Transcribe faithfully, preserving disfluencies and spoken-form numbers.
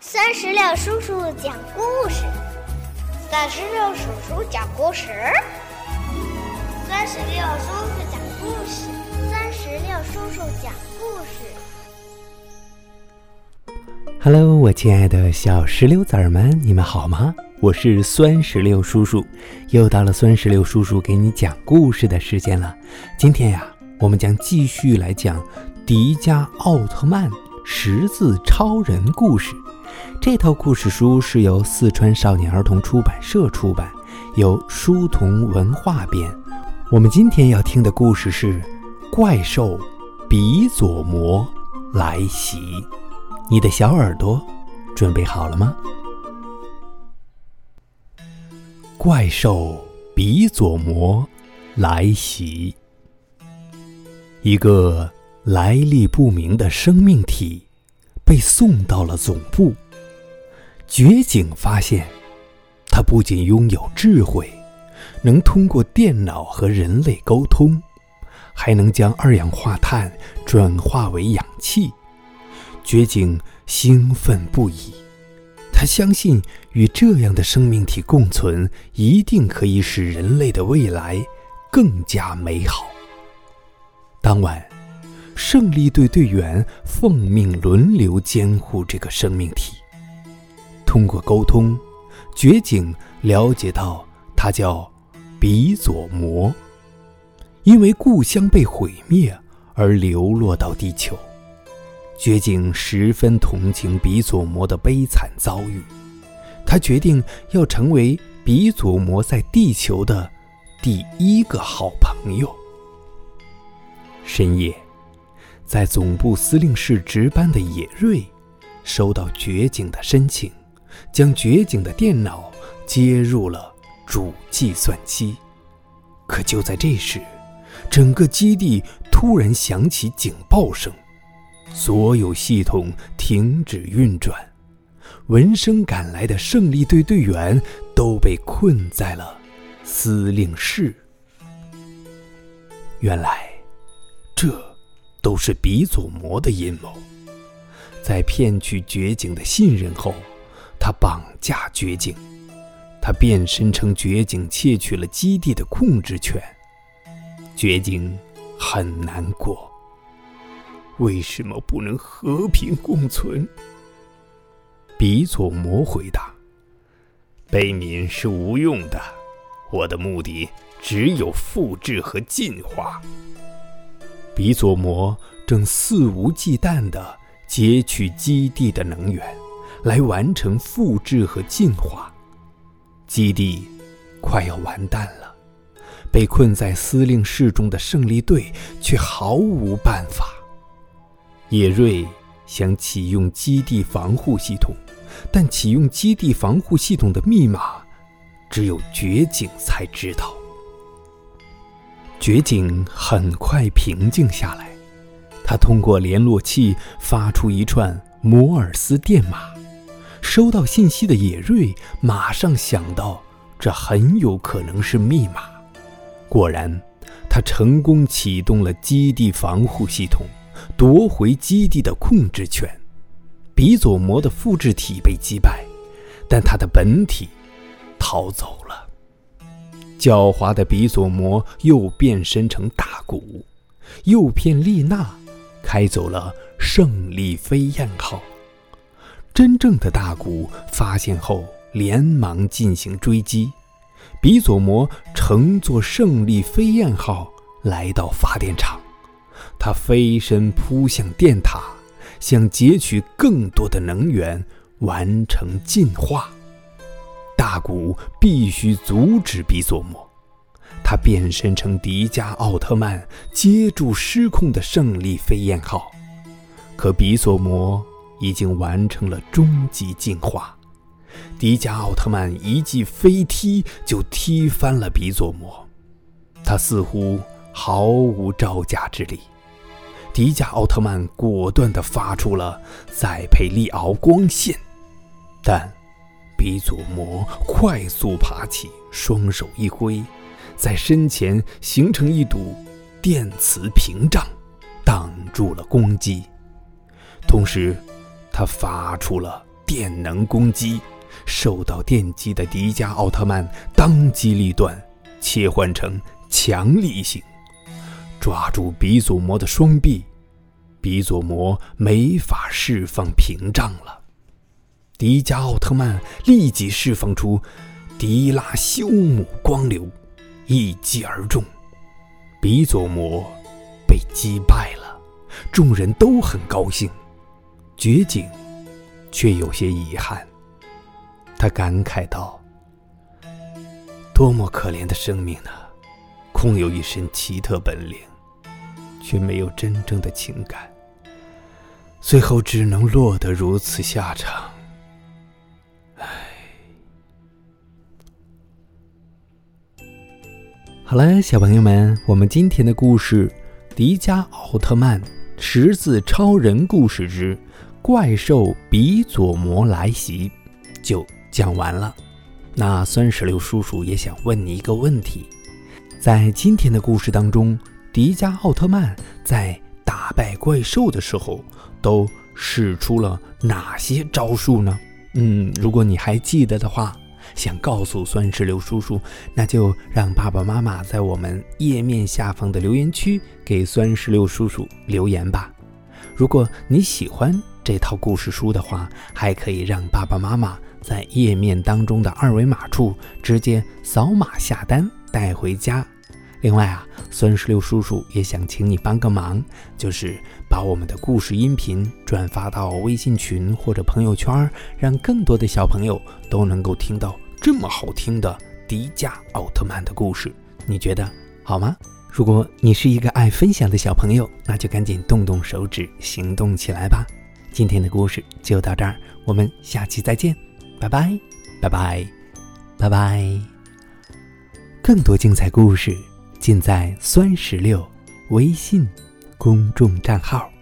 三十六叔叔讲故事，三十六叔叔讲故事，三十六叔叔讲故事，三十六叔叔讲故事。 Hello， 我亲爱的小石榴籽儿们，你们好吗？我是酸石榴叔叔，又到了酸石榴叔叔给你讲故事的时间了。今天呀，我们将继续来讲迪迦奥特曼识字超人故事。这套故事书是由四川少年儿童出版社出版，由书童文化编。我们今天要听的故事是怪兽比佐魔来袭。你的小耳朵准备好了吗？怪兽比佐魔来袭。一个来历不明的生命体被送到了总部。绝景发现，他不仅拥有智慧，能通过电脑和人类沟通，还能将二氧化碳转化为氧气。绝景兴奋不已，他相信与这样的生命体共存，一定可以使人类的未来更加美好。当晚，胜利队队员奉命轮流监护这个生命体。通过沟通，绝景了解到他叫比佐魔，因为故乡被毁灭而流落到地球。绝景十分同情比佐魔的悲惨遭遇，他决定要成为比佐魔在地球的第一个好朋友。深夜，在总部司令室值班的野瑞收到绝景的申请，将绝景的电脑接入了主计算机。可就在这时，整个基地突然响起警报声，所有系统停止运转，闻声赶来的胜利队队员都被困在了司令室。原来这都是比佐魔的阴谋。在骗取绝景的信任后，他绑架绝景，他变身成绝景，窃取了基地的控制权。绝景很难过，为什么不能和平共存？比佐魔回答：悲悯是无用的，我的目的只有复制和进化。比佐魔正肆无忌惮地截取基地的能源，来完成复制和进化。基地快要完蛋了，被困在司令室中的胜利队却毫无办法。野瑞想启用基地防护系统，但启用基地防护系统的密码只有绝景才知道。绝景很快平静下来，他通过联络器发出一串摩尔斯电码。收到信息的野瑞马上想到，这很有可能是密码。果然，他成功启动了基地防护系统，夺回基地的控制权。比佐魔的复制体被击败，但他的本体逃走了。狡猾的比佐魔又变身成大古，诱骗丽娜开走了胜利飞燕号。真正的大古发现后，连忙进行追击。比佐魔乘坐胜利飞燕号来到发电厂，他飞身扑向电塔，想截取更多的能源，完成进化。大古必须阻止比佐魔，他变身成迪迦奥特曼，接住失控的胜利飞燕号。可比佐魔已经完成了终极进化，迪迦奥特曼一记飞踢就踢翻了比佐魔，他似乎毫无招架之力。迪迦奥特曼果断地发出了再配利奥光线，但比佐魔快速爬起，双手一挥，在身前形成一堵电磁屏障，挡住了攻击。同时他发出了电能攻击，受到电击的迪迦奥特曼当机立断，切换成强力型，抓住鼻祖魔的双臂，鼻祖魔没法释放屏障了。迪迦奥特曼立即释放出迪拉修姆光流，一击而中，鼻祖魔被击败了。众人都很高兴，绝景却有些遗憾。他感慨道：多么可怜的生命啊，空有一身奇特本领，却没有真正的情感，最后只能落得如此下场。唉。好了，小朋友们，我们今天的故事《迪迦奥特曼十字超人故事之怪兽鼻佐魔来袭》就讲完了。那酸石榴叔叔也想问你一个问题，在今天的故事当中，迪迦奥特曼在打败怪兽的时候都使出了哪些招数呢？嗯，如果你还记得的话，想告诉酸石榴叔叔，那就让爸爸妈妈在我们页面下方的留言区给酸石榴叔叔留言吧。如果你喜欢这套故事书的话，还可以让爸爸妈妈在页面当中的二维码处直接扫码下单带回家。另外啊，酸石榴叔叔也想请你帮个忙，就是把我们的故事音频转发到微信群或者朋友圈，让更多的小朋友都能够听到这么好听的迪迦奥特曼的故事。你觉得好吗？如果你是一个爱分享的小朋友，那就赶紧动动手指行动起来吧。今天的故事就到这儿，我们下期再见，拜拜拜拜拜拜。更多精彩故事尽在酸石榴微信公众账号。